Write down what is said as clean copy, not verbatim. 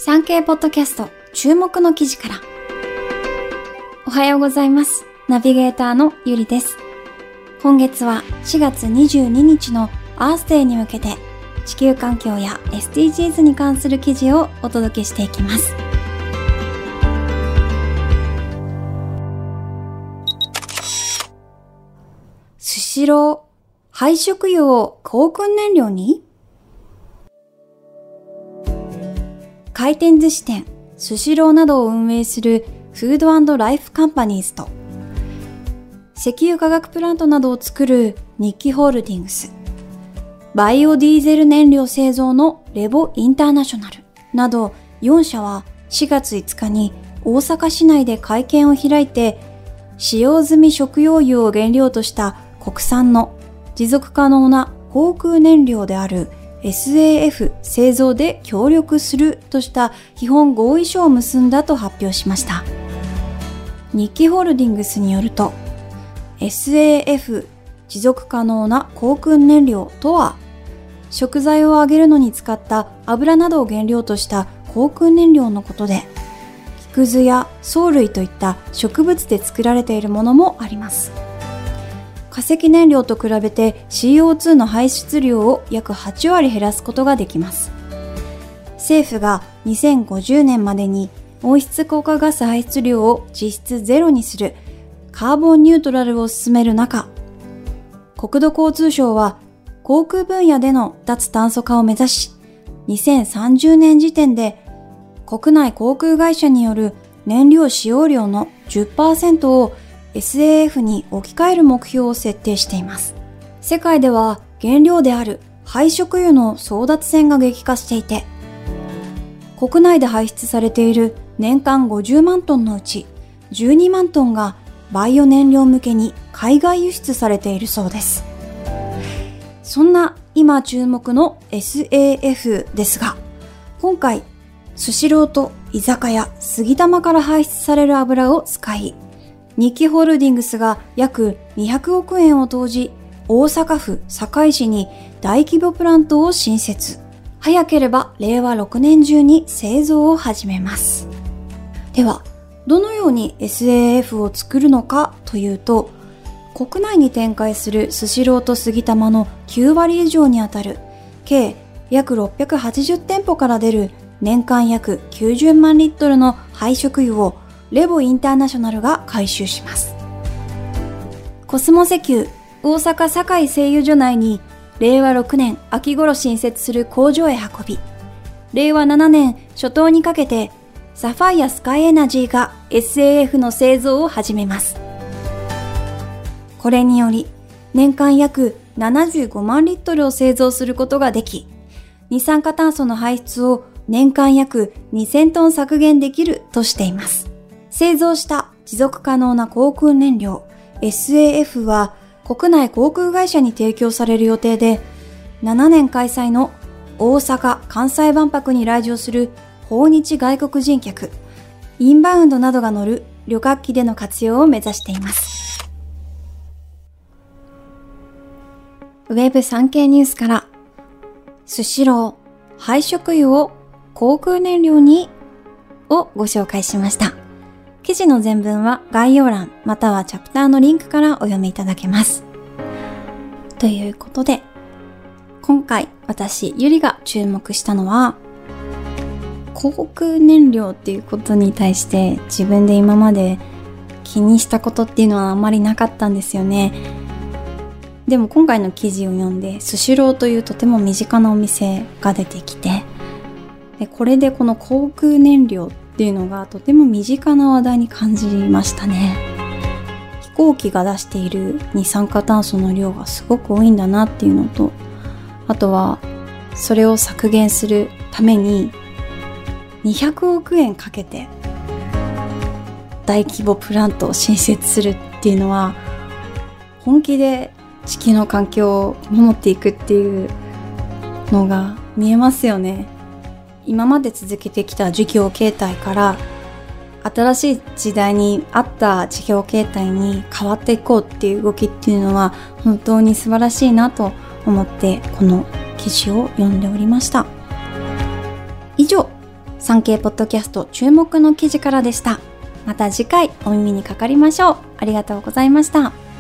産経ポッドキャスト注目の記事から。おはようございます。ナビゲーターのゆりです。今月は4月22日のアースデーに向けて地球環境や SDGs に関する記事をお届けしていきます。スシロー、廃食油を航空燃料に？回転寿司店、スシローなどを運営するフード&ライフカンパニーズと、石油化学プラントなどを作る日揮ホールディングス、バイオディーゼル燃料製造のレボインターナショナルなど4社は4月5日に大阪市内で会見を開いて、使用済み食用油を原料とした国産の持続可能な航空燃料であるSAF 製造で協力するとした基本合意書を結んだと発表しました。日揮ホールディングスによると、SAF 持続可能な航空燃料とは、食材を揚げるのに使った油などを原料とした航空燃料のことで、木くずや藻類といった植物で作られているものもあります。化石燃料と比べて CO2 の排出量を約8割減らすことができます。政府が2050年までに温室効果ガス排出量を実質ゼロにするカーボンニュートラルを進める中、国土交通省は航空分野での脱炭素化を目指し、2030年時点で国内航空会社による燃料使用量の 10% をSAF に置き換える目標を設定しています。世界では原料である廃食油の争奪戦が激化していて、国内で排出されている年間50万トンのうち12万トンがバイオ燃料向けに海外輸出されているそうです。そんな今注目の SAF ですが、今回スシローと居酒屋杉玉から排出される油を使い、日揮ホールディングスが約200億円を投じ、大阪府堺市に大規模プラントを新設。早ければ令和6年中に製造を始めます。では、どのように SAF を作るのかというと、国内に展開するスシローと杉玉の9割以上にあたる計約680店舗から出る年間約90万リットルの廃食油をレボインターナショナルが回収します。コスモ石油大阪堺製油所内に令和6年秋頃新設する工場へ運び、令和7年初頭にかけてサファイアスカイエナジーが SAF の製造を始めます。これにより年間約75万リットルを製造することができ、二酸化炭素の排出を年間約2000トン削減できるとしています。製造した持続可能な航空燃料 SAF は国内航空会社に提供される予定で、7年開催の大阪・関西万博に来場する訪日外国人客、インバウンドなどが乗る旅客機での活用を目指しています。ウェブ産経ニュースから、スシロー、廃食油を航空燃料にをご紹介しました。記事の全文は概要欄またはチャプターのリンクからお読みいただけます。ということで、今回私ゆりが注目したのは、航空燃料っていうことに対して自分で今まで気にしたことっていうのはあまりなかったんですよね。でも今回の記事を読んで、スシローというとても身近なお店が出てきて、でこれでこの航空燃料っていうのがとても身近な話題に感じましたね。飛行機が出している二酸化炭素の量がすごく多いんだなっていうのと、あとはそれを削減するために200億円かけて大規模プラントを新設するっていうのは、本気で地球の環境を守っていくっていうのが見えますよね。今まで続けてきた事業形態から新しい時代に合った事業形態に変わっていこうっていう動きっていうのは本当に素晴らしいなと思ってこの記事を読んでおりました。以上、 産経ポッドキャスト注目の記事からでした。また次回お耳にかかりましょう。ありがとうございました。